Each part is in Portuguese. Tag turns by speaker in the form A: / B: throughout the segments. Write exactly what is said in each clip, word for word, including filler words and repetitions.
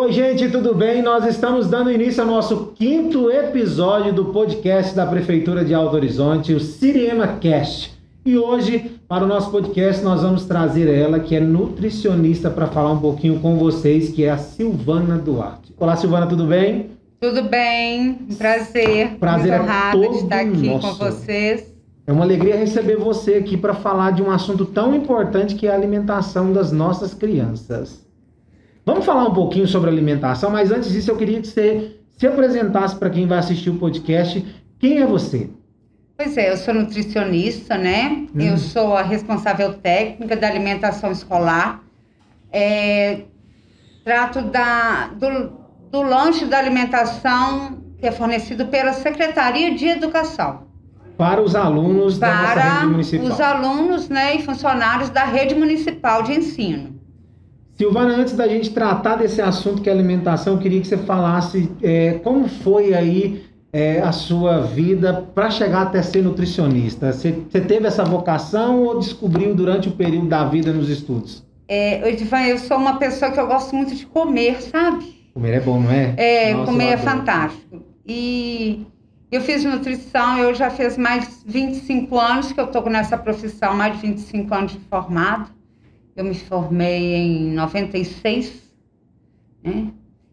A: Oi, gente, tudo bem? Nós estamos dando início ao nosso quinto episódio do podcast da Prefeitura de Alto Horizonte, o Siriema Cast. E hoje, para o nosso podcast, nós vamos trazer ela, que é nutricionista, para falar um pouquinho com vocês, que é a Silvana Duarte. Olá, Silvana, tudo bem?
B: Tudo bem, um prazer.
A: Prazer
B: muito
A: é
B: honrada
A: todo
B: de estar aqui
A: nosso.
B: com vocês.
A: É uma alegria receber você aqui para falar de um assunto tão importante que é a alimentação das nossas crianças. Vamos falar um pouquinho sobre alimentação, mas antes disso eu queria que você se apresentasse para quem vai assistir o podcast. Quem é você?
B: Pois é, eu sou nutricionista, né? Hum. Eu sou a responsável técnica da alimentação escolar. É, trato da, do, do lanche da alimentação que é fornecido pela Secretaria de Educação.
A: Para os alunos da nossa rede municipal.
B: Para os alunos, né, e funcionários da rede municipal de ensino.
A: Silvana, antes da gente tratar desse assunto que é alimentação, eu queria que você falasse é, como foi aí é, a sua vida para chegar até ser nutricionista. Você, você teve essa vocação ou descobriu durante o período da vida nos estudos?
B: É, Edivan, eu sou uma pessoa que eu gosto muito de comer, sabe?
A: Comer é bom, não é?
B: É,
A: Nossa,
B: comer é fantástico. E eu fiz nutrição, eu já fiz mais de vinte e cinco anos que eu estou nessa profissão, mais de vinte e cinco anos de formado. Eu me formei em noventa e seis, né?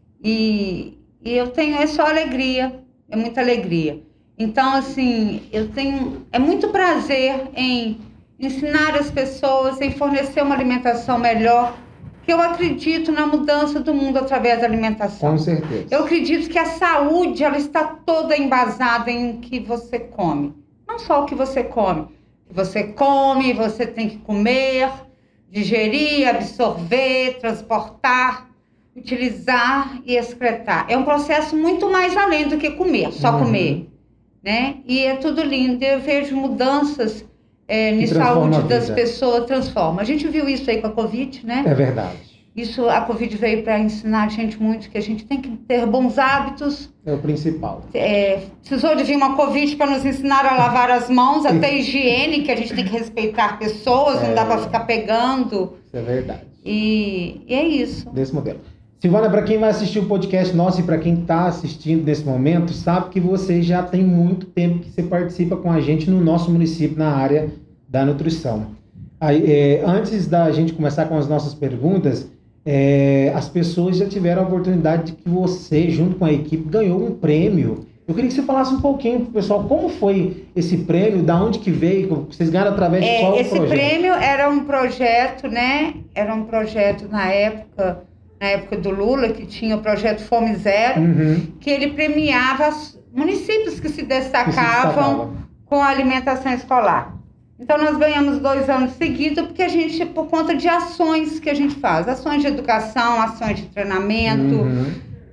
B: E, e eu tenho, é só alegria, é muita alegria. Então, assim, eu tenho, é muito prazer em ensinar as pessoas, em fornecer uma alimentação melhor, que eu acredito na mudança do mundo através da alimentação.
A: Com certeza.
B: Eu acredito que a saúde, ela está toda embasada em o que você come. Não só o que você come. O que você come, você tem que comer, digerir, absorver, transportar, utilizar e excretar. É um processo muito mais além do que comer, só
A: uhum.
B: comer, né? E é tudo lindo. Eu vejo mudanças é, na saúde das pessoas, transforma. A gente viu isso aí com a Covid, né?
A: É verdade.
B: Isso, a Covid veio para ensinar a gente muito que a gente tem que ter bons hábitos.
A: É o principal.
B: É, precisou de vir uma Covid para nos ensinar a lavar as mãos, até higiene, que a gente tem que respeitar pessoas, é, não dá para ficar pegando.
A: Isso é verdade.
B: E, e é isso.
A: Desse modelo. Silvana, para quem vai assistir o podcast nosso e para quem está assistindo nesse momento, sabe que você já tem muito tempo que você participa com a gente no nosso município, na área da nutrição. Aí, é, antes da gente começar com as nossas perguntas, É, as pessoas já tiveram a oportunidade de que você, junto com a equipe, ganhou um prêmio. Eu queria que você falasse um pouquinho pro pessoal como foi esse prêmio, da onde que veio, vocês ganharam através de
B: é,
A: qual
B: esse
A: projeto? Esse
B: prêmio era um projeto, né? Era um projeto na época, na época do Lula, que tinha o projeto Fome Zero, uhum. que ele premiava os municípios que se destacavam que se com a alimentação escolar. Então, nós ganhamos dois anos seguidos, porque a gente, por conta de ações que a gente faz, ações de educação, ações de treinamento, uhum.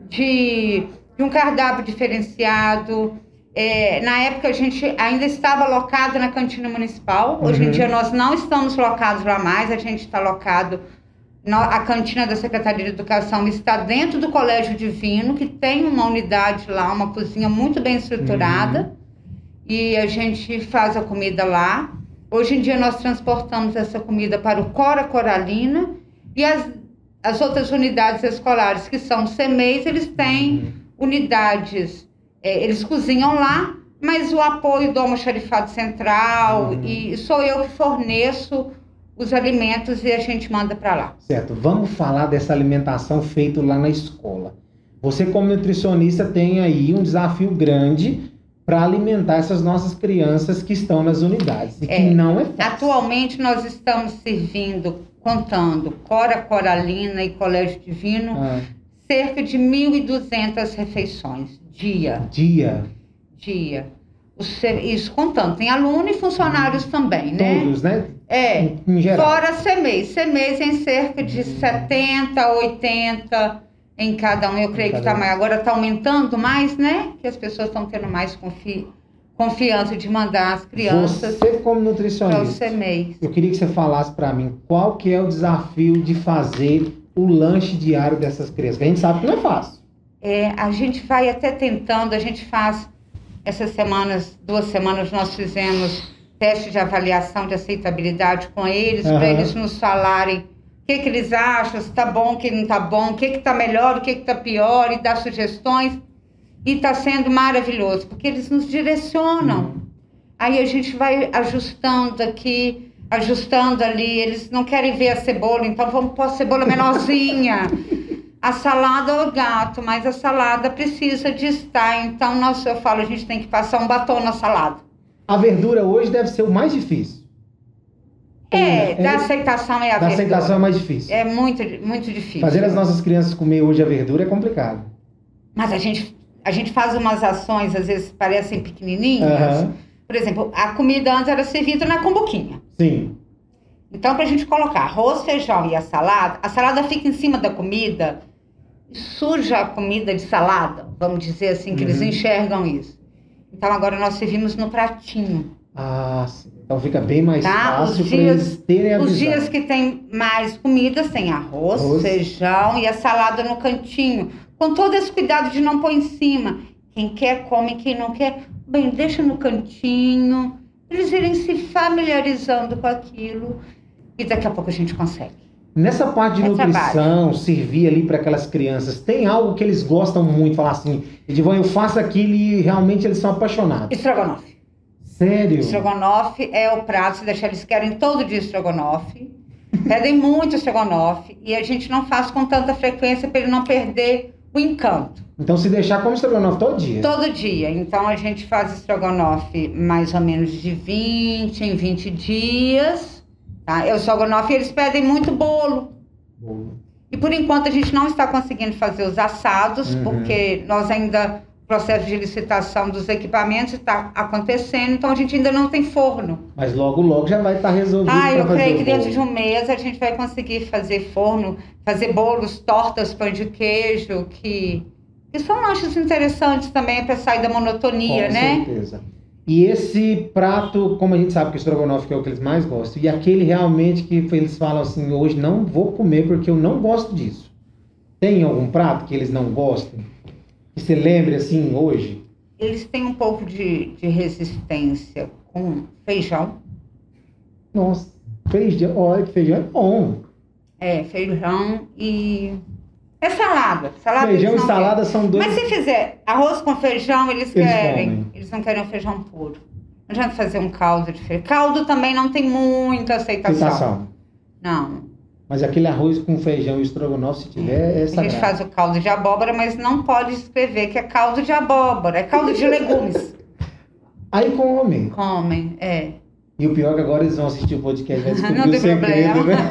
B: de, de um cardápio diferenciado. É, na época, a gente ainda estava locado na cantina municipal. Hoje uhum. em dia, nós não estamos locados lá mais, a gente está locado... No, a cantina da Secretaria de Educação está dentro do Colégio Divino, que tem uma unidade lá, uma cozinha muito bem estruturada, uhum. e a gente faz a comida lá. Hoje em dia nós transportamos essa comida para o Cora Coralina e as, as outras unidades escolares que são C M E I S, eles têm uhum. unidades, é, eles cozinham lá, mas o apoio do Almoxarifado Central uhum. e sou eu que forneço os alimentos e a gente manda para lá.
A: Certo, vamos falar dessa alimentação feita lá na escola. Você como nutricionista tem aí um desafio grande para alimentar essas nossas crianças que estão nas unidades, e que é, não é fácil.
B: Atualmente nós estamos servindo, contando Cora Coralina e Colégio Divino, ah. cerca de mil e duzentas refeições, dia.
A: Dia?
B: Dia. Isso contando, tem aluno e funcionários hum. também, né?
A: Todos, né?
B: É,
A: em, em geral.
B: Fora C M E I S. C M E I S em cerca de hum. setenta, oitenta... em cada um, eu creio que está mais. Agora está aumentando mais, né? Que as pessoas estão tendo mais confi... confiança de mandar as crianças.
A: Você como nutricionista,
B: C M E I S.
A: Eu queria que você falasse para mim qual que é o desafio de fazer o lanche diário dessas crianças, que a gente sabe que não é fácil.
B: É, a gente vai até tentando, a gente faz essas semanas, duas semanas nós fizemos teste de avaliação de aceitabilidade com eles, uhum. para eles nos falarem o que, que eles acham, se tá bom, o que não tá bom, o que que tá melhor, o que que tá pior, e dar sugestões. E tá sendo maravilhoso, porque eles nos direcionam. Uhum. Aí a gente vai ajustando aqui, ajustando ali. Eles não querem ver a cebola, então vamos pôr a cebola menorzinha. A salada é o gato, mas a salada precisa de estar. Então, nós, eu falo, a gente tem que passar um batom na salada.
A: A verdura hoje deve ser o mais difícil.
B: É, é da aceitação é a
A: da
B: verdura. Da
A: aceitação é mais difícil.
B: É muito, muito difícil.
A: Fazer as nossas crianças comer hoje a verdura é complicado.
B: Mas a gente, a gente faz umas ações, às vezes parecem pequenininhas. Uhum. Por exemplo, a comida antes era servida na cumbuquinha.
A: Sim.
B: Então, pra gente colocar arroz, feijão e a salada, a salada fica em cima da comida, suja a comida de salada, vamos dizer assim, que uhum. eles enxergam isso. Então, agora nós servimos no pratinho.
A: Ah, sim. Então fica bem mais
B: tá?
A: fácil
B: para
A: eles terem a
B: Os
A: visão.
B: dias que tem mais comidas, tem arroz, arroz, feijão e a salada no cantinho. Com todo esse cuidado de não pôr em cima. Quem quer, come. Quem não quer, bem, deixa no cantinho. Eles irem se familiarizando com aquilo. E daqui a pouco a gente consegue.
A: Nessa parte de é nutrição, trabalho. Servir ali para aquelas crianças, tem algo que eles gostam muito? Falar assim, Edivão, eu faço aquilo e realmente eles são apaixonados.
B: Estrogonofe.
A: Sério?
B: Estrogonofe é o prato, se deixar, eles querem todo dia estrogonofe. Pedem muito estrogonofe. E a gente não faz com tanta frequência para ele não perder o encanto.
A: Então, se deixar, come estrogonofe todo dia?
B: Todo dia. Então, a gente faz estrogonofe mais ou menos de vinte em vinte dias. Tá? É o estrogonofe, eles pedem muito bolo. Bolo. E, por enquanto, a gente não está conseguindo fazer os assados, uhum. porque nós ainda... O processo de licitação dos equipamentos está acontecendo, então a gente ainda não tem forno.
A: Mas logo, logo já vai estar resolvido.
B: Ah, eu creio que dentro de um mês a gente vai conseguir fazer forno, fazer bolos, tortas, pão de queijo, que, que são lanches interessantes também para sair da monotonia,
A: Com
B: né?
A: Com certeza. E esse prato, como a gente sabe que o estrogonofe que é o que eles mais gostam, e aquele realmente que eles falam assim, hoje não vou comer porque eu não gosto disso. Tem algum prato que eles não gostam? Que você lembre assim hoje?
B: Eles têm um pouco de, de resistência com feijão.
A: Nossa, feijão, olha que feijão é bom.
B: É, feijão e... É salada. salada
A: feijão e salada querem. São dois...
B: Mas se fizer arroz com feijão, eles, eles querem. Comem. Eles não querem o feijão puro. Não adianta fazer um caldo de feijão. Caldo também não tem muita aceitação. aceitação. Não.
A: Mas aquele arroz com feijão e estrogonofe, se tiver, é sagrado.
B: A gente faz o caldo de abóbora, mas não pode escrever que é caldo de abóbora, é caldo de legumes.
A: Aí comem.
B: Comem, é.
A: E o pior é que agora eles vão assistir o podcast e vai descobrir o segredo, né?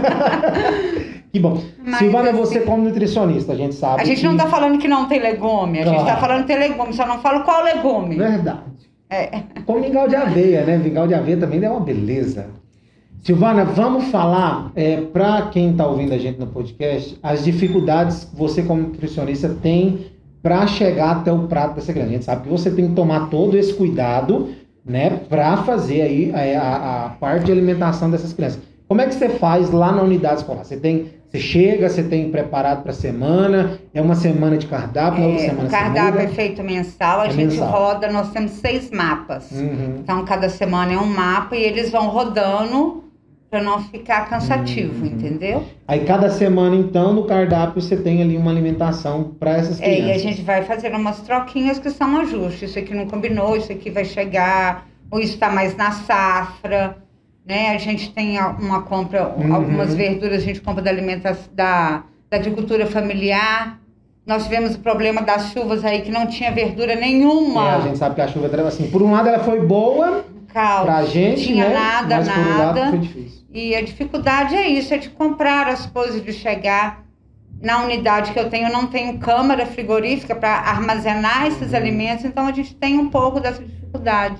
A: Que bom. Mas, Silvana, assim, você como nutricionista, a gente sabe
B: A gente
A: que...
B: não está falando que não tem legume, a claro. gente está falando que tem legume, só não fala qual legume.
A: Verdade.
B: É.
A: Com mingau de aveia, né? Mingau de aveia também é uma beleza. Silvana, vamos falar, é, para quem está ouvindo a gente no podcast, as dificuldades que você como nutricionista tem para chegar até o prato dessa criança. A gente sabe que você tem que tomar todo esse cuidado, né, para fazer aí a, a, a parte de alimentação dessas crianças. Como é que você faz lá na unidade escolar? Você tem, você chega, você tem preparado para a semana, é uma semana de cardápio, é, outra semana
B: o cardápio é feito mensal, a é gente mensal. roda, nós temos seis mapas. Uhum. Então, cada semana é um mapa e eles vão rodando para não ficar cansativo, uhum. entendeu?
A: Aí cada semana, então, no cardápio você tem ali uma alimentação para essas crianças.
B: É, e a gente vai fazendo umas troquinhas que são ajustes. Isso aqui não combinou, isso aqui vai chegar, ou isso está mais na safra, né? A gente tem uma compra, uhum. algumas verduras a gente compra da alimentação, da, da agricultura familiar. Nós tivemos o problema das chuvas aí, que não tinha verdura nenhuma.
A: É, a gente sabe que a chuva, assim, por um lado ela foi boa para a gente,
B: tinha
A: né?
B: nada,
A: Mas
B: nada.
A: por um lado foi difícil.
B: E a dificuldade é isso, é de comprar as coisas, de chegar na unidade que eu tenho. Eu não tenho câmara frigorífica para armazenar esses uhum. alimentos, então a gente tem um pouco dessa dificuldade.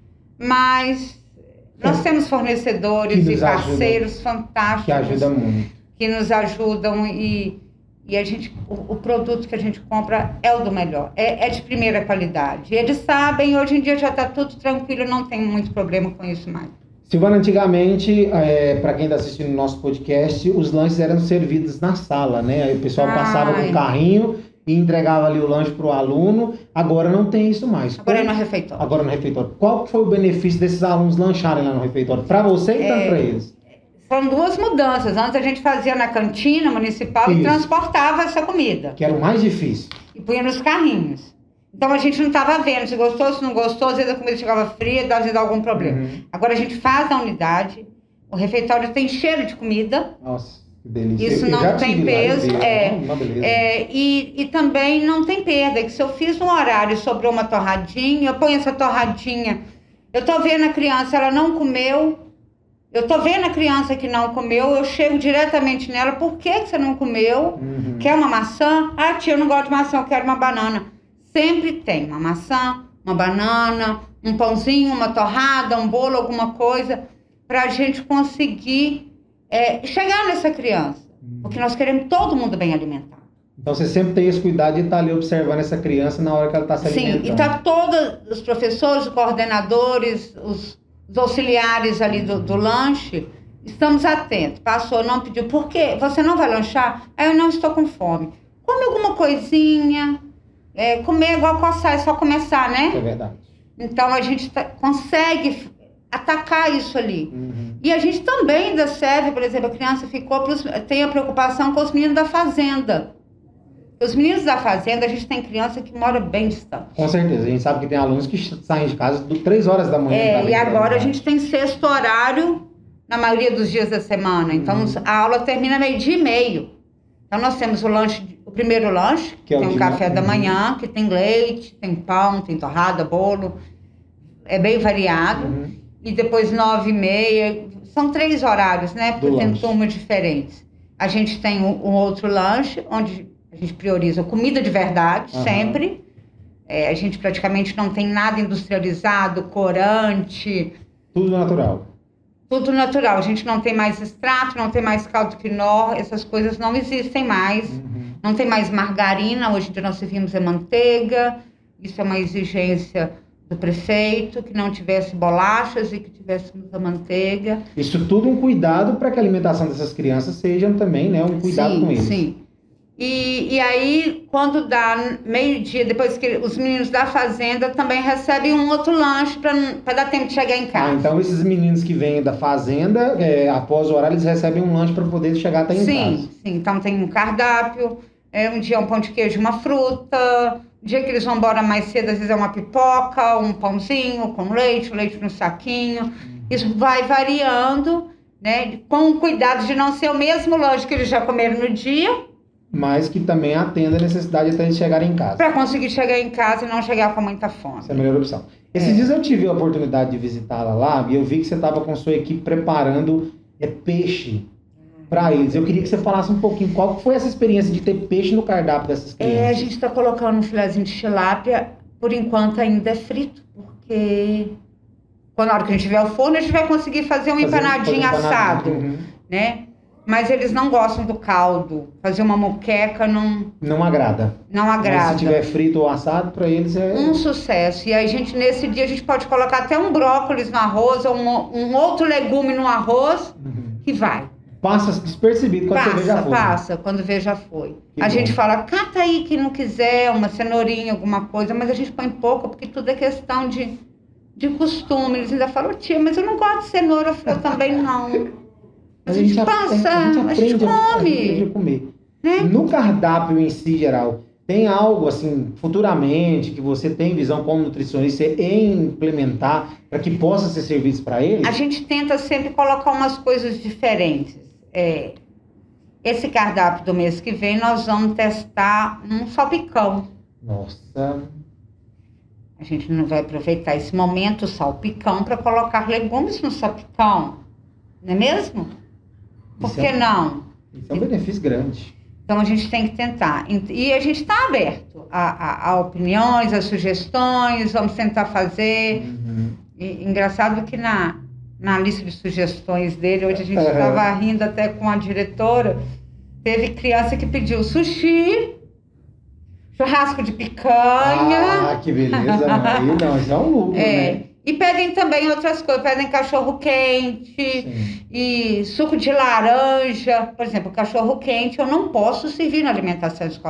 B: Mas nós é. temos fornecedores e parceiros ajuda, fantásticos.
A: Que ajudam muito.
B: Que nos ajudam e, e a gente, o, o produto que a gente compra é o do melhor, é, é de primeira qualidade. E eles sabem, hoje em dia já está tudo tranquilo, não tem muito problema com isso mais.
A: Silvana, antigamente, é, para quem está assistindo o nosso podcast, os lanches eram servidos na sala, né? Aí o pessoal Ai. passava com o carrinho e entregava ali o lanche para o aluno. Agora não tem isso mais.
B: Agora
A: Qual...
B: é no refeitório.
A: Agora no refeitório. Qual foi o benefício desses alunos lancharem lá no refeitório? Para você e tanto é... para eles?
B: Foram duas mudanças. Antes a gente fazia na cantina municipal Isso. e transportava essa comida.
A: Que era o mais difícil.
B: E punha nos carrinhos. Então a gente não estava vendo se gostou, se não gostou, às vezes a comida chegava fria, às vezes dava algum problema. Uhum. Agora a gente faz na unidade, o refeitório tem cheiro de comida.
A: Nossa, que delícia.
B: Isso
A: eu,
B: não
A: eu
B: tem peso.
A: Lá,
B: é,
A: uma beleza.
B: é, e, e também não tem perda, que se eu fiz um horário e sobrou uma torradinha, eu ponho essa torradinha, eu tô vendo a criança, ela não comeu, eu tô vendo a criança que não comeu, eu chego diretamente nela, por que, que você não comeu? Uhum. Quer uma maçã? Ah, tia, eu não gosto de maçã, eu quero uma banana. Sempre tem uma maçã, uma banana, um pãozinho, uma torrada, um bolo, alguma coisa, para a gente conseguir é, chegar nessa criança. Porque nós queremos todo mundo bem alimentado.
A: Então você sempre tem esse cuidado de estar ali observando essa criança na hora que ela está se alimentando.
B: Sim, e tá todos os professores, os coordenadores, os, os auxiliares ali do, do lanche, estamos atentos. Passou, não pediu, por quê? Você não vai lanchar? Ah, eu não estou com fome. Come alguma coisinha... É, comer igual coçar, é só começar, né?
A: É verdade.
B: Então a gente tá, consegue atacar isso ali.
A: Uhum.
B: E a gente também ainda serve, por exemplo, a criança ficou, tem a preocupação com os meninos da fazenda. Os meninos da fazenda, a gente tem criança que mora bem distante.
A: Com certeza, a gente sabe que tem alunos que saem de casa de três horas da manhã.
B: É, e agora a gente tem sexto horário na maioria dos dias da semana. Então uhum. a aula termina meio-dia e meio. Então nós temos o lanche, o primeiro lanche, que, que é tem um café ma... da manhã, que tem leite, tem pão, tem torrada, bolo, é bem variado. Uhum. E depois nove e meia, são três horários, né? Porque Do tem lanche. turmas diferentes. A gente tem um, um outro lanche, onde a gente prioriza comida de verdade, uhum. sempre. É, a gente praticamente não tem nada industrializado, corante.
A: Tudo natural.
B: Tudo natural, a gente não tem mais extrato, não tem mais caldo quinó, essas coisas não existem mais. Uhum. Não tem mais margarina, hoje em dia nós servimos a manteiga, isso é uma exigência do prefeito, que não tivesse bolachas e que tivéssemos a manteiga.
A: Isso tudo um cuidado para que a alimentação dessas crianças seja também, né, um cuidado
B: sim,
A: com eles.
B: Sim, E, e aí, quando dá meio-dia, depois que os meninos da fazenda também recebem um outro lanche para dar tempo de chegar em casa.
A: Ah, então esses meninos que vêm da fazenda, é, após o horário, eles recebem um lanche para poder chegar até em
B: sim,
A: casa.
B: Sim, sim. Então tem um cardápio, é, um dia um pão de queijo, uma fruta. Um dia que eles vão embora mais cedo, às vezes é uma pipoca, um pãozinho com leite, leite no saquinho. Isso vai variando, né? Com o cuidado de não ser o mesmo lanche que eles já comeram no dia.
A: Mas que também atenda a necessidade até de chegar em casa.
B: Para conseguir chegar em casa e não chegar com muita fome.
A: Essa é a melhor opção. Esses é. dias eu tive a oportunidade de visitá-la lá e eu vi que você estava com sua equipe preparando é, peixe para eles. Eu queria que você falasse um pouquinho qual foi essa experiência de ter peixe no cardápio dessas crianças.
B: É, a gente está colocando um filezinho de tilápia, por enquanto ainda é frito, porque quando na hora que a gente tiver o forno, a gente vai conseguir fazer um empanadinho assado, uhum. né? Mas eles não gostam do caldo. Fazer uma moqueca não...
A: Não agrada.
B: Não agrada.
A: Mas se tiver frito ou assado, para eles é...
B: Um sucesso. E aí, a gente, nesse dia, a gente pode colocar até um brócolis no arroz, ou um, um outro legume no arroz, uhum. que vai.
A: Passa despercebido quando
B: passa,
A: você vê já foi.
B: Passa, quando vê já foi.
A: Que
B: a
A: bom.
B: gente fala, cata aí que não quiser, uma cenourinha, alguma coisa, mas a gente põe pouco, porque tudo é questão de, de costume. Eles ainda falam, tia, mas eu não gosto de cenoura, eu também não. A, a gente, gente passa, a gente, aprende, a gente come. A gente
A: a comer.
B: Né?
A: No cardápio em si, geral, tem algo assim, futuramente, que você tem visão como nutricionista em implementar para que possa ser servido para eles?
B: A gente tenta sempre colocar umas coisas diferentes. É, esse cardápio do mês que vem, nós vamos testar um salpicão.
A: Nossa!
B: A gente não vai aproveitar esse momento salpicão para colocar legumes no salpicão, não é mesmo? Por que não?
A: Isso é um benefício grande.
B: Então a gente tem que tentar. E a gente está aberto a, a, a opiniões, a sugestões, vamos tentar fazer. Uhum. E, engraçado que na, na lista de sugestões dele, hoje a gente estava uhum. rindo até com a diretora, teve criança que pediu sushi, churrasco de picanha.
A: Ah, que beleza, aí não, isso é um lucro,
B: é.
A: né?
B: E pedem também outras coisas, pedem cachorro quente, sim. E suco de laranja. Por exemplo, cachorro quente eu não posso servir na alimentação escolar.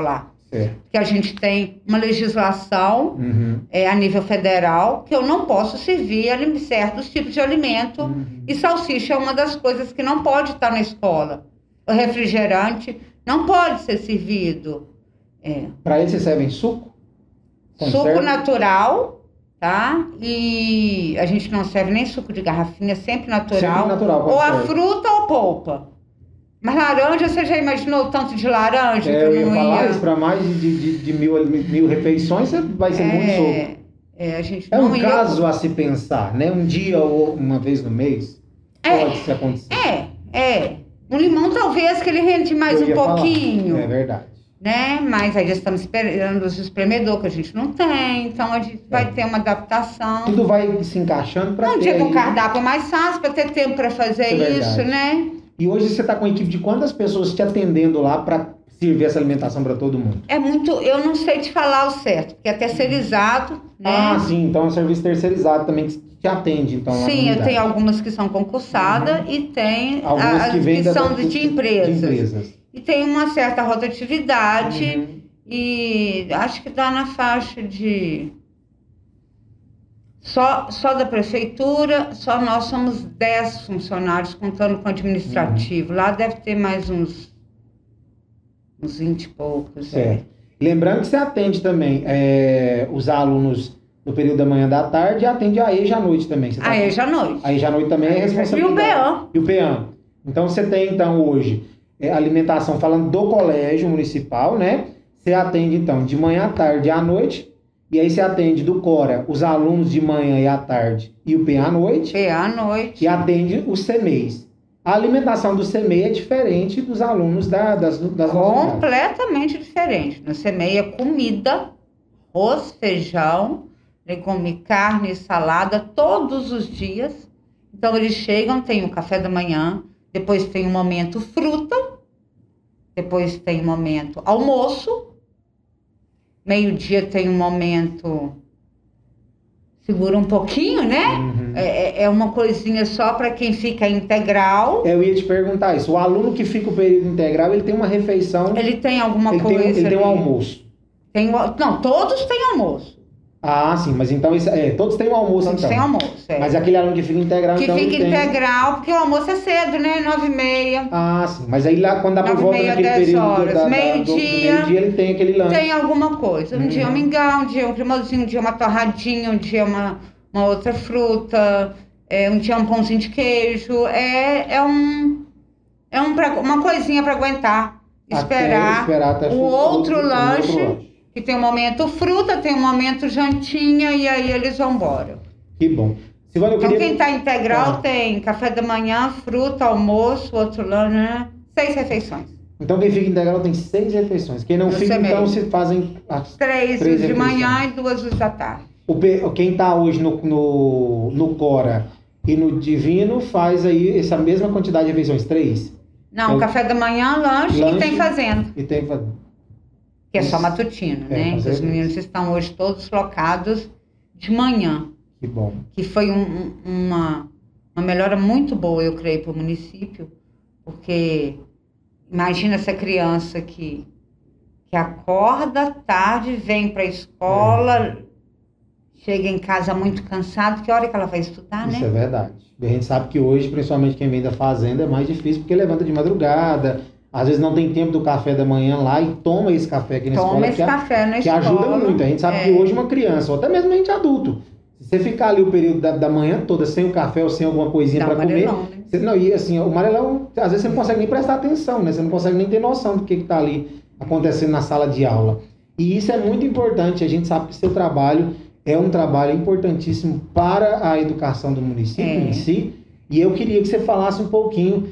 A: Certo.
B: Que a gente tem uma legislação uhum. é, a nível federal que eu não posso servir certos tipos de alimento uhum. e salsicha é uma das coisas que não pode estar na escola. O refrigerante não pode ser servido. É.
A: Para eles, vocês servem suco?
B: Conserva? Suco natural, tá? E a gente não serve nem suco de garrafinha, sempre natural.
A: Sempre natural.
B: Ou a fruta ou polpa. Mas laranja, você já imaginou o tanto de laranja?
A: É,
B: que
A: eu ia
B: não
A: falar
B: ia...
A: isso, para mais de, de, de mil, mil refeições vai ser
B: é,
A: muito suco.
B: É, a gente
A: é
B: não
A: um
B: ia...
A: caso a se pensar, né? Um dia ou uma vez no mês
B: é,
A: pode se acontecer.
B: É, é. Um limão talvez que ele rende mais um pouquinho.
A: Falar. É verdade.
B: Né? Mas aí já estamos esperando os espremedor que a gente não tem, então a gente é. vai ter uma adaptação.
A: Tudo vai se encaixando para ter.
B: Um dia com o cardápio é mais fácil para ter tempo para fazer é isso, verdade. Né?
A: E hoje você está com uma equipe de quantas pessoas te atendendo lá para servir essa alimentação para todo mundo?
B: É muito, eu não sei te falar o certo, porque é terceirizado, né?
A: Ah, sim, então é um serviço terceirizado também que te atende, então.
B: Sim, eu tenho algumas que são concursadas uhum. e tem algumas as que, que da, são de, de, empresas. de empresas. E tem uma certa rotatividade uhum. e acho que dá na faixa de... Só, só da prefeitura, só nós somos dez funcionários, contando com o administrativo. Uhum. Lá deve ter mais uns, uns vinte e poucos.
A: Certo. É. Lembrando que você atende também é, os alunos no período da manhã da tarde e atende a EJA à noite também. Você tá
B: a EJA à noite.
A: A EJA à noite também é responsabilidade.
B: E o PEAM.
A: E o PEAM. Então você tem, então, hoje, é, alimentação falando do colégio municipal, né? Você atende, então, de manhã à tarde e à noite. E aí você atende do Cora os alunos de manhã e à tarde e o P A à noite.
B: P A à noite.
A: E atende os C M E Is. A alimentação do C M E I é diferente dos alunos da, das, das
B: completamente diferente. No C M E I é comida, arroz, feijão, legume, carne, salada, todos os dias. Então eles chegam, tem o café da manhã, depois tem o momento fruta, depois tem o momento almoço, meio-dia tem um momento, segura um pouquinho, né? Uhum. É, é uma coisinha só para quem fica integral.
A: Eu ia te perguntar isso. O aluno que fica o período integral, ele tem uma refeição...
B: Ele tem alguma
A: ele
B: coisa...
A: Tem, ele tem um almoço.
B: Tem, não, todos têm almoço.
A: Ah, sim, mas então, isso, é, todos têm um almoço,
B: todos
A: então.
B: têm almoço, é.
A: Mas aquele aluno que fica integral,
B: que
A: então
B: fica
A: ele
B: integral,
A: tem...
B: porque o almoço é cedo, né? Nove e meia.
A: Ah, sim, mas aí lá, quando dá por volta naquele período
B: horas.
A: Da,
B: meio-dia,
A: meio-dia, ele tem aquele lanche.
B: Tem alguma coisa. Um hum. dia um mingau, um dia um cremosinho, um dia uma torradinha, um dia uma, uma outra fruta, é, um dia um pãozinho de queijo. É, é, um, é um pra, uma coisinha para aguentar. Esperar,
A: esperar até
B: o outro, outro lanche. Outro lanche. Que tem um momento fruta, tem um momento jantinha e aí eles vão embora.
A: Que bom. Silvana, eu
B: então
A: queria...
B: quem está integral ah. tem café da manhã, fruta, almoço, outro lanche, né? Seis refeições.
A: Então quem fica integral tem seis refeições. Quem não no fica, então, se fazem as
B: três,
A: três
B: de
A: refeições.
B: manhã e duas da tarde.
A: O P... Quem está hoje no, no, no Cora e no Divino faz aí essa mesma quantidade de refeições, três?
B: Não, então, café da manhã, lanche, lanche e tem fazenda.
A: E tem fazenda.
B: Que é só matutino, é, né? Os meninos estão hoje todos locados de manhã.
A: Que bom.
B: Que foi um, uma, uma melhora muito boa, eu creio, para o município. Porque imagina essa criança que, que acorda tarde, vem para a escola, é. chega em casa muito cansado. Que hora que ela vai estudar,
A: Isso
B: né?
A: Isso é verdade. A gente sabe que hoje, principalmente quem vem da fazenda, é mais difícil porque levanta de madrugada. Às vezes não tem tempo do café da manhã lá e toma esse café aqui na
B: toma
A: escola.
B: Toma esse
A: que,
B: café na
A: que
B: escola.
A: Que ajuda muito. A gente sabe é. que hoje uma criança, ou até mesmo a gente adulto, se você ficar ali o período da, da manhã toda sem o café ou sem alguma coisinha para comer... Né? Você, não, e assim, o amarelão, às vezes você não consegue nem prestar atenção, né? Você não consegue nem ter noção do que está ali acontecendo na sala de aula. E isso é muito importante. A gente sabe que seu trabalho é um trabalho importantíssimo para a educação do município é. em si. E eu queria que você falasse um pouquinho,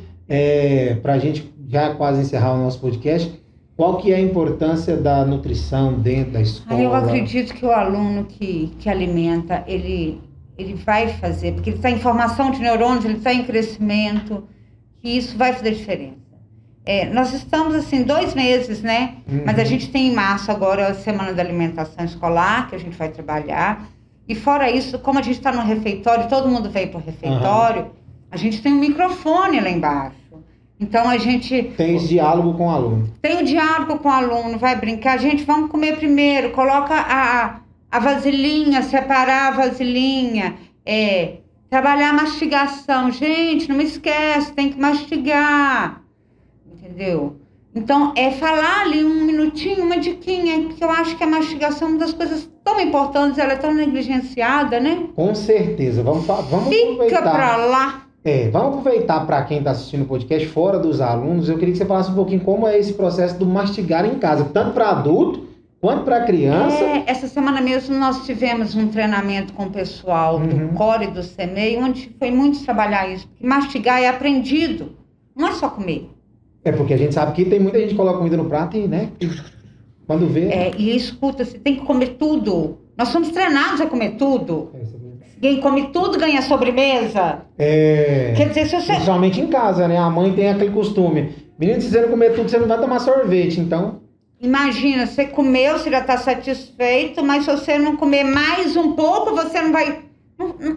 A: é, para a gente... já quase encerrar o nosso podcast, qual que é a importância da nutrição dentro da escola?
B: Ah, eu acredito que o aluno que, que alimenta, ele, ele vai fazer, porque ele está em formação de neurônios, ele está em crescimento, que isso vai fazer diferença. É, nós estamos, assim, dois meses, né? Uhum. Mas a gente tem em março agora a Semana da Alimentação Escolar, que a gente vai trabalhar. E fora isso, como a gente está no refeitório, todo mundo veio para o refeitório, uhum. a gente tem um microfone lá embaixo. Então a gente...
A: Tem esse diálogo com o aluno.
B: Tem o diálogo com o aluno, vai brincar. Gente, vamos comer primeiro. Coloca a, a vasilhinha, separar a vasilhinha. É, trabalhar a mastigação. Gente, não me esquece, tem que mastigar. Entendeu? Então, é falar ali um minutinho, uma diquinha, porque eu acho que a mastigação é uma das coisas tão importantes, ela é tão negligenciada, né?
A: Com certeza. Vamos, vamos
B: Fica
A: aproveitar.
B: Fica pra lá.
A: É, vamos aproveitar para quem está assistindo o podcast fora dos alunos. Eu queria que você falasse um pouquinho como é esse processo do mastigar em casa, tanto para adulto quanto para criança.
B: É, essa semana mesmo nós tivemos um treinamento com o pessoal uhum. do Core e do CEMEI, onde foi muito trabalhar isso, porque mastigar é aprendido, não é só comer.
A: É porque a gente sabe que tem muita gente que coloca comida no prato e, né, quando vê...
B: É, e escuta, você tem que comer tudo. Nós somos treinados a comer tudo. É, quem come tudo ganha sobremesa.
A: É...
B: Quer dizer, se você...
A: Principalmente em casa, né? A mãe tem aquele costume. Menino, se você não comer tudo, você não vai tomar sorvete, então...
B: Imagina, você comeu, você já está satisfeito, mas se você não comer mais um pouco, você não vai... Não, não,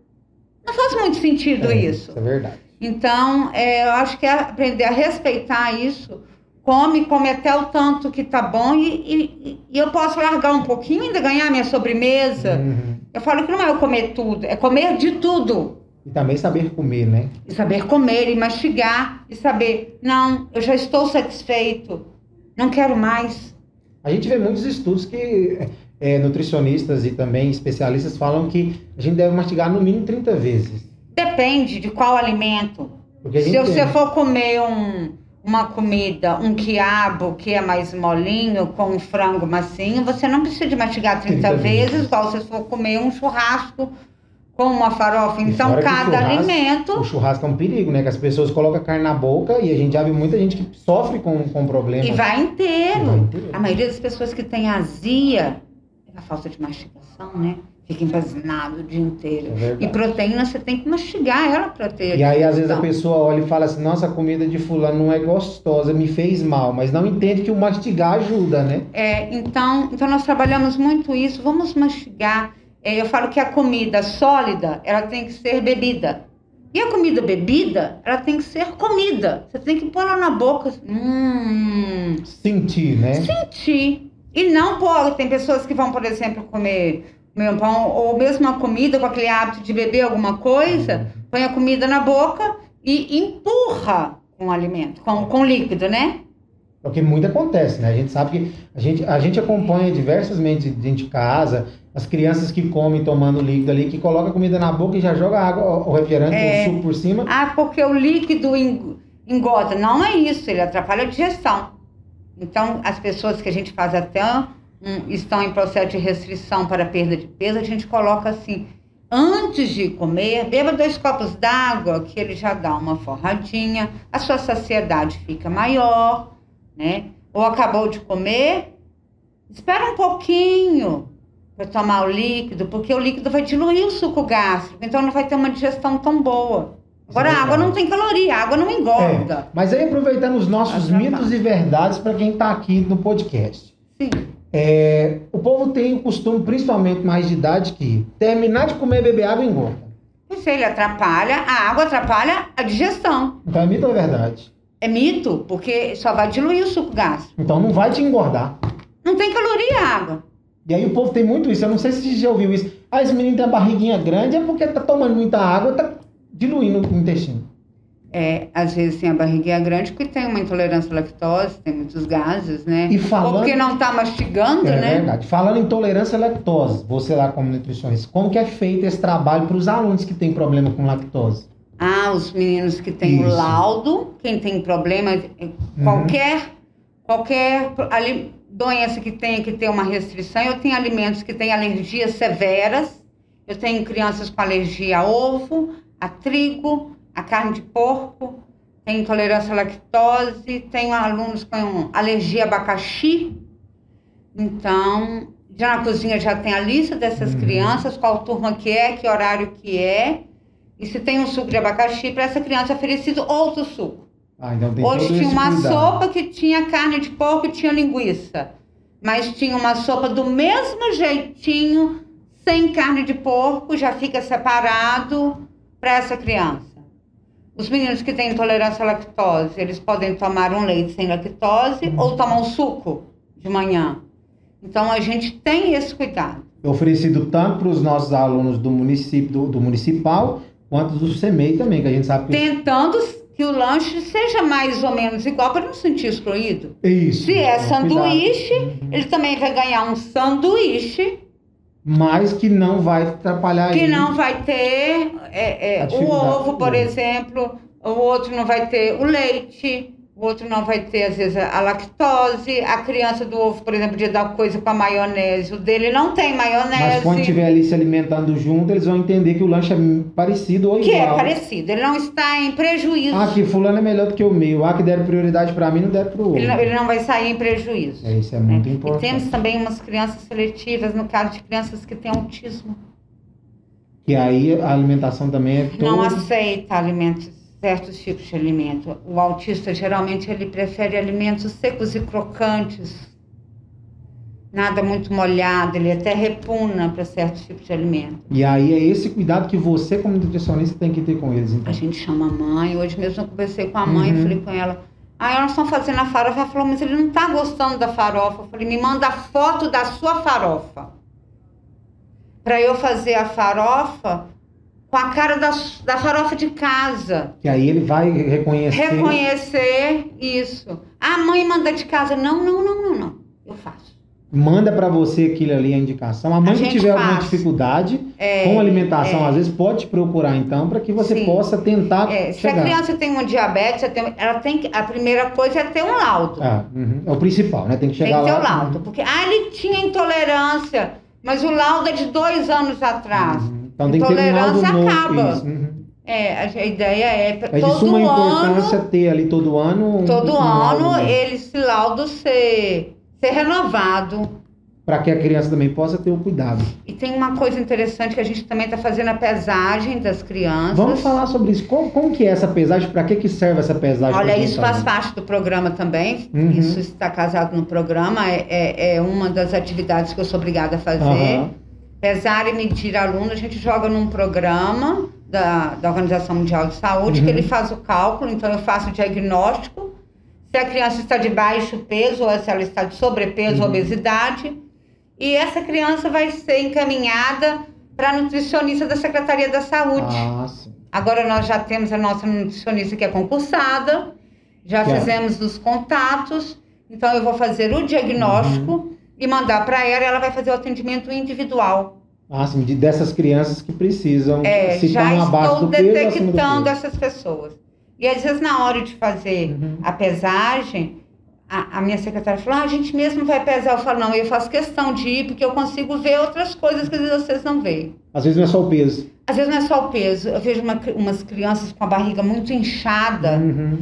B: não faz muito sentido
A: é,
B: isso.
A: Isso é verdade.
B: Então, é, eu acho que é aprender a respeitar isso. Come, come até o tanto que tá bom e, e, e eu posso largar um pouquinho e ainda ganhar minha sobremesa. Uhum. Eu falo que não é eu comer tudo, é comer de tudo.
A: E também saber comer, né?
B: E saber comer e mastigar e saber, não, eu já estou satisfeito, não quero mais.
A: A gente vê muitos estudos que é, nutricionistas e também especialistas falam que a gente deve mastigar no mínimo trinta vezes.
B: Depende de qual alimento. Se você tem... for comer um, uma comida, um quiabo que é mais molinho, com um frango macinho, você não precisa de mastigar trinta, trinta vezes, vezes, igual se for comer um churrasco com uma farofa. E então, cada alimento...
A: O churrasco é um perigo, né? Que as pessoas colocam a carne na boca e a gente já viu muita gente que sofre com, com problemas.
B: E vai inteiro.
A: E vai inteiro.
B: A maioria das pessoas que tem azia é a falta de mastigação, né? Fica empanzinado o dia inteiro. É e proteína, você tem que mastigar ela para ter.
A: E aí, às vezes, a pessoa olha e fala assim, nossa, a comida de fulano não é gostosa, me fez mal. Mas não entende que o mastigar ajuda, né?
B: É, então, então nós trabalhamos muito isso. Vamos mastigar. É, eu falo que a comida sólida, ela tem que ser bebida. E a comida bebida, ela tem que ser comida. Você tem que pôr ela na boca. Hum,
A: sentir, né?
B: Sentir. E não pôr. Tem pessoas que vão, por exemplo, comer... meu pão, ou mesmo a comida com aquele hábito de beber alguma coisa, põe a comida na boca e empurra com o alimento, com, com líquido, né?
A: É o que muito acontece, né? A gente sabe que a gente, a gente acompanha diversas mentes dentro de casa, as crianças que comem tomando líquido ali, que colocam a comida na boca e já joga água, o refrigerante, é... o suco por cima.
B: Ah, porque o líquido engorda. Não é isso, ele atrapalha a digestão. Então, as pessoas que a gente faz até... Um, estão em processo de restrição para perda de peso, a gente coloca assim, antes de comer, beba dois copos d'água, que ele já dá uma forradinha, a sua saciedade fica maior, né? Ou acabou de comer, espera um pouquinho para tomar o líquido, porque o líquido vai diluir o suco gástrico, então não vai ter uma digestão tão boa. Agora, a água não tem caloria, a água não engorda.
A: É, mas aí, aproveitando os nossos mitos e verdades para quem está aqui no podcast.
B: Sim.
A: É, o povo tem o costume, principalmente mais de idade, que terminar de comer e beber água engorda.
B: Isso ele atrapalha, a água atrapalha a digestão.
A: Então é mito ou é verdade?
B: É mito, porque só vai diluir o suco gástrico.
A: Então não vai te engordar.
B: Não tem caloria a água.
A: E aí o povo tem muito isso, eu não sei se você já ouviu isso. Ah, esse menino tem a barriguinha grande, é porque tá tomando muita água, tá diluindo o intestino.
B: É, às vezes tem a barriguinha grande porque tem uma intolerância à lactose, tem muitos gases, né?
A: E falando...
B: Ou porque não tá mastigando,
A: é,
B: né?
A: É verdade. Falando em intolerância à lactose, você lá como nutricionista, como que é feito esse trabalho para os alunos que têm problema com lactose?
B: Ah, os meninos que têm o laudo, quem tem problema, qualquer, uhum. qualquer ali, doença que tenha que ter uma restrição. Eu tenho alimentos que têm alergias severas, eu tenho crianças com alergia a ovo, a trigo, a carne de porco, tem intolerância à lactose, tenho alunos com alergia a abacaxi. Então, já na cozinha já tem a lista dessas uhum. crianças, qual turma que é, que horário que é. E se tem um suco de abacaxi, para essa criança é oferecido outro suco.
A: Ah, então tem
B: Hoje
A: todo
B: tinha
A: esse
B: uma
A: cuidado.
B: sopa que tinha carne de porco e tinha linguiça. Mas tinha uma sopa do mesmo jeitinho, sem carne de porco, já fica separado para essa criança. Os meninos que têm intolerância à lactose, eles podem tomar um leite sem lactose uhum. ou tomar um suco de manhã. Então, a gente tem esse cuidado.
A: É oferecido tanto para os nossos alunos do município, do, do municipal, quanto do C E M E I também, que a gente sabe que...
B: Tentando que o lanche seja mais ou menos igual, para não se sentir excluído.
A: Isso.
B: Se é sanduíche, uhum. ele também vai ganhar um sanduíche.
A: Mas que não vai atrapalhar
B: Que aí, não vai ter é, é, o ovo, por exemplo, o outro não vai ter o leite, o outro não vai ter, às vezes, a lactose. A criança do ovo, por exemplo, de dar coisa com a maionese, o dele não tem maionese.
A: Mas quando estiver ali se alimentando junto, eles vão entender que o lanche é parecido ou igual.
B: Que é parecido, ele não está em prejuízo.
A: Ah, que fulano é melhor do que o meu. Ah, que deram prioridade para mim, não deram para o outro.
B: Ele não, ele não vai sair em prejuízo.
A: É, isso é muito
B: né?
A: importante.
B: E temos também umas crianças seletivas, no caso de crianças que têm autismo.
A: Que aí a alimentação também é toda...
B: Não aceita alimentos, certos tipos de alimento. O autista, geralmente, ele prefere alimentos secos e crocantes. Nada muito molhado, ele até repugna para certos tipos de alimento.
A: E aí é esse cuidado que você, como nutricionista, tem que ter com eles, então.
B: A gente chama a mãe. Hoje mesmo eu conversei com a mãe e uhum. falei com ela, ah, elas estão fazendo a farofa. Ela falou, mas ele não está gostando da farofa. Eu falei, me manda a foto da sua farofa. Para eu fazer a farofa com a cara da, da farofa de casa.
A: Que aí ele vai reconhecer...
B: Reconhecer isso. A mãe manda de casa. Não, não, não, não, não. Eu faço.
A: Manda para você aquilo ali, a indicação. A mãe a que tiver faz. alguma dificuldade é, com alimentação, é. às vezes, pode te procurar, então, para que você Sim. possa tentar
B: é,
A: chegar.
B: Se a criança tem um diabetes, ela tem que, a primeira coisa é ter um laudo.
A: Ah, uhum. É o principal, né? Tem que chegar lá.
B: Tem que ter o laudo. Porque, ah, ele tinha intolerância, mas o laudo é de dois anos atrás. Uhum.
A: Então tem que ter um laudo novo.
B: Acaba.
A: Uhum.
B: É, a ideia é
A: é
B: todo
A: de suma
B: ano,
A: importância ter ali todo ano. Um,
B: todo
A: um
B: ano ele, esse laudo ser, ser renovado.
A: Para que a criança também possa ter o cuidado.
B: E tem uma coisa interessante que a gente também está fazendo a pesagem das crianças.
A: Vamos falar sobre isso. Como, como que é essa pesagem? Para que, que serve essa pesagem?
B: Olha, isso faz parte do programa também. Uhum. Isso está casado no programa. É, é, é uma das atividades que eu sou obrigada a fazer. Uhum. Pesar e medir aluno, a gente joga num programa da, da Organização Mundial de Saúde, uhum. que ele faz o cálculo, então eu faço o diagnóstico, se a criança está de baixo peso, ou se ela está de sobrepeso, uhum. obesidade, e essa criança vai ser encaminhada para a nutricionista da Secretaria da Saúde.
A: Ah, sim.
B: Agora nós já temos a nossa nutricionista que é concursada, já que fizemos é. os contatos, então eu vou fazer o diagnóstico, uhum. e mandar para ela, ela vai fazer o atendimento individual.
A: Ah, sim, de, dessas crianças que precisam,
B: é,
A: se estão abaixo do peso.
B: Já estou detectando essas pessoas. E às vezes na hora de fazer uhum. a pesagem, a, a minha secretária falou, ah, a gente mesmo vai pesar. Eu falo, não, eu faço questão de ir, porque eu consigo ver outras coisas que às vezes vocês não veem.
A: Às vezes não é só o peso.
B: Às vezes não é só o peso. Eu vejo uma, umas crianças com a barriga muito inchada.
A: Uhum.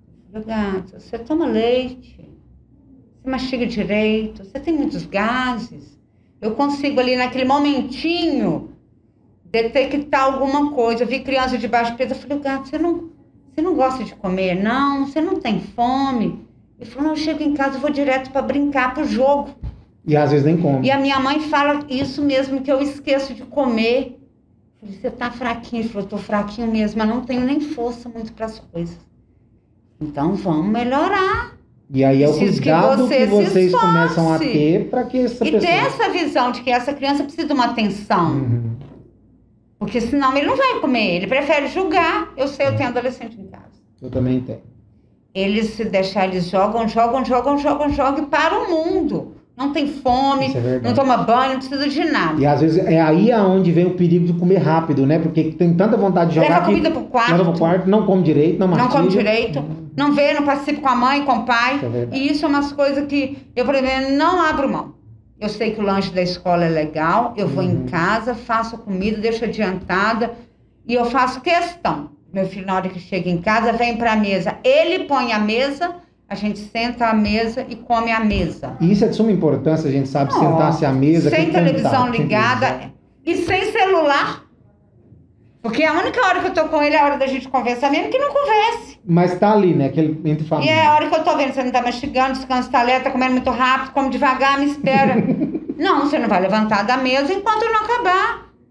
B: Gata, você toma leite, você mastiga direito, você tem muitos gases. Eu consigo ali naquele momentinho detectar alguma coisa. Eu vi criança de baixo peso, eu falei, gato, você não, você não gosta de comer? Não, você não tem fome? Ele falou, não, eu chego em casa e vou direto para brincar, pro jogo.
A: E às vezes nem come.
B: E a minha mãe fala isso mesmo, que eu esqueço de comer. Eu falei, você tá fraquinho? Ele falou, eu tô fraquinho mesmo, mas não tenho nem força muito para as coisas. Então vamos melhorar.
A: E aí é o cuidado que, você que vocês começam a ter para que essa
B: e
A: pessoa...
B: ter essa visão de que essa criança precisa de uma atenção. Uhum. Porque senão ele não vai comer, ele prefere julgar. Eu sei, eu tenho adolescente em casa.
A: Eu também tenho.
B: Eles, se deixar, eles jogam, jogam, jogam, jogam, jogam e para o mundo. Não tem fome, é não toma banho, não precisa de nada.
A: E às vezes é aí aonde vem o perigo de comer rápido, né? Porque tem tanta vontade de jogar
B: Leva
A: que...
B: comida pro quarto.
A: Leva pro quarto, não come direito, não mastiga.
B: Não come direito, hum. não vê, não participa com a mãe, com o pai.
A: Isso é
B: e isso é umas coisas que eu, por exemplo, não abro mão. Eu sei que o lanche da escola é legal, eu vou uhum. em casa, faço comida, deixo adiantada e eu faço questão. Meu filho, na hora que chega em casa, vem pra mesa. Ele põe a mesa... A gente senta à mesa e come à mesa.
A: E isso é de suma importância, a gente sabe, oh, sentar-se à mesa.
B: Sem televisão
A: cantar,
B: ligada sem e sem celular. Porque a única hora que eu tô com ele é a hora da gente conversar, mesmo que não converse.
A: Mas tá ali, né? Aquele entre família.
B: E é a hora que eu tô vendo, você não tá mastigando, descansa, tá lento, tá comendo muito rápido, come devagar, me espera. Não, você não vai levantar da mesa enquanto eu não acabar.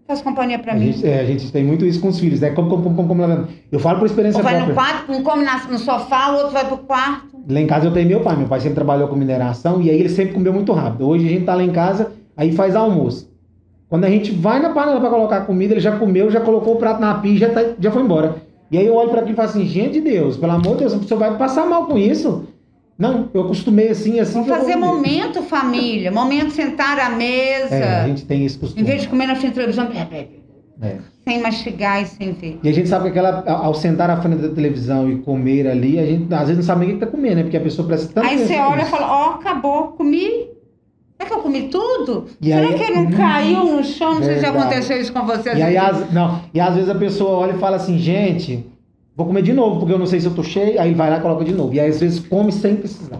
B: faz companhia pra
A: a
B: mim.
A: Gente, é, a gente tem muito isso com os filhos, né? Como, como, como, como, como eu falo por experiência
B: um vai
A: própria.
B: no quarto, um come no sofá, o outro vai pro quarto.
A: Lá em casa eu tenho meu pai. Meu pai sempre trabalhou com mineração e aí ele sempre comeu muito rápido. Hoje a gente tá lá em casa, aí faz almoço. Quando a gente vai na panela pra colocar comida, ele já comeu, já colocou o prato na pia e já, tá, já foi embora. E aí eu olho pra aquilo e falo assim, gente de Deus, pelo amor de Deus, a pessoa vai passar mal com isso? Não, eu acostumei assim, assim...
B: Vamos fazer momento família, momento sentar à mesa.
A: É, a gente tem esse costume.
B: Em vez de comer na frente da televisão,
A: é.
B: sem mastigar e sem ver.
A: E a gente sabe que aquela, ao sentar à frente da televisão e comer ali, a gente às vezes não sabe nem o que tá comendo, né? Porque a pessoa presta tanto...
B: Aí você olha e fala, ó, oh, acabou, comi. Será que eu comi tudo?
A: E
B: Será
A: aí,
B: que não hum, caiu no chão? Não sei se aconteceu isso com você.
A: E aí, as, não, e às vezes a pessoa olha e fala assim, gente, vou comer de novo, porque eu não sei se eu tô cheio. Aí vai lá e coloca de novo. E aí às vezes come sem precisar.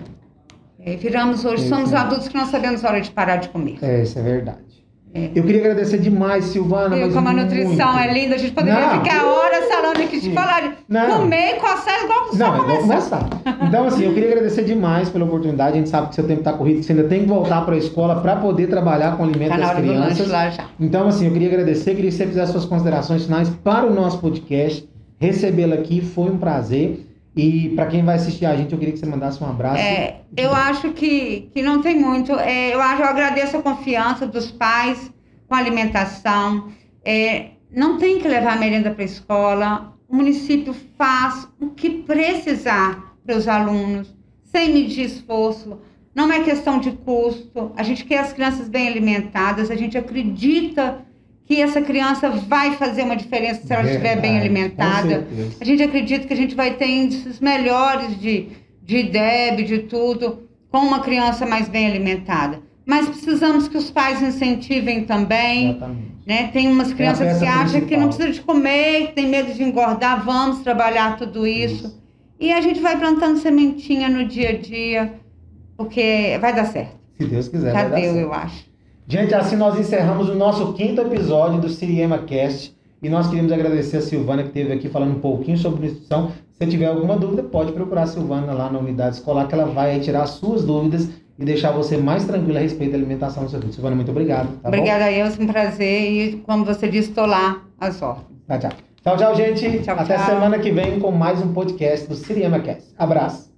B: É, viramos hoje, é, somos é. adultos que não sabemos a hora de parar de comer.
A: É, isso é verdade. É. Eu queria agradecer demais, Silvana.
B: Eu, como a nutrição muito. É linda, a gente poderia não. ficar horas falando aqui de falar de não. comer e coçar igual você
A: Não, vamos começar. Então, assim, eu queria agradecer demais pela oportunidade. A gente sabe que seu tempo está corrido, que você ainda tem que voltar para a escola para poder trabalhar com o alimento tá das crianças. Lá já. Então, assim, eu queria agradecer, queria que você fizesse suas considerações finais para o nosso podcast. Recebê-la aqui foi um prazer. E para quem vai assistir a gente, eu queria que você mandasse um abraço.
B: É, eu acho que, que não tem muito. É, eu, acho, eu agradeço a confiança dos pais com a alimentação. É, não tem que levar a merenda para a escola. O município faz o que precisar para os alunos, sem medir esforço. Não é questão de custo. A gente quer as crianças bem alimentadas. A gente acredita que essa criança vai fazer uma diferença se ela Verdade, estiver bem alimentada. A gente acredita que a gente vai ter índices melhores de, de I D E B, de tudo, com uma criança mais bem alimentada. Mas precisamos que os pais incentivem também. Né? Tem umas crianças é que acham que não precisa de comer, que tem medo de engordar. Vamos trabalhar tudo isso. isso. E a gente vai plantando sementinha no dia a dia, porque vai dar certo.
A: Se Deus quiser,
B: Já
A: vai dar
B: deu,
A: certo.
B: eu acho.
A: Gente, assim nós encerramos o nosso quinto episódio do Siriema Cast e nós queremos agradecer a Silvana que esteve aqui falando um pouquinho sobre nutrição. Se tiver alguma dúvida, pode procurar a Silvana lá na unidade escolar que ela vai tirar as suas dúvidas e deixar você mais tranquila a respeito da alimentação do seu filho. Silvana, muito obrigado. Tá
B: Obrigada a eu, é um prazer e como você disse, estou lá às ordens.
A: Tchau, tchau. Tchau, tchau, gente.
B: Tchau,
A: Até
B: tchau.
A: semana que vem com mais um podcast do Siriema Cast. Abraço.